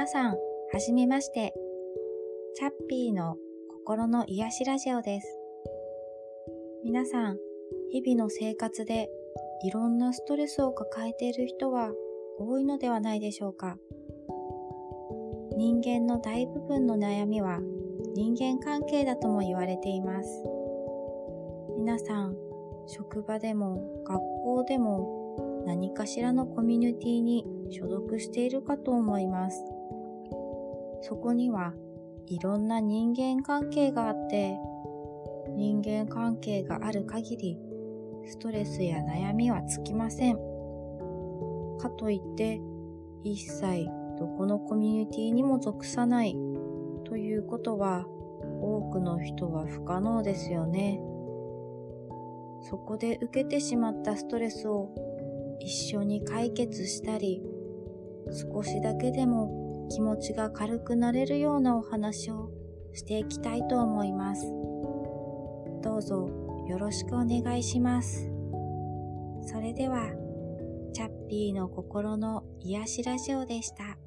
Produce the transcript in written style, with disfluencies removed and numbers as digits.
皆さん、はじめまして。チャッピーの心の癒しラジオです。皆さん、日々の生活でいろんなストレスを抱えている人は多いのではないでしょうか。人間の大部分の悩みは人間関係だとも言われています。皆さん、職場でも学校でも何かしらのコミュニティに所属しているかと思います。そこにはいろんな人間関係があって、人間関係がある限りストレスや悩みは尽きません。かといって一切どこのコミュニティにも属さないということは多くの人は不可能ですよね。そこで受けてしまったストレスを一緒に解決したり、少しだけでも気持ちが軽くなれるようなお話をしていきたいと思います。どうぞよろしくお願いします。それでは、チャッピーの心の癒しラジオでした。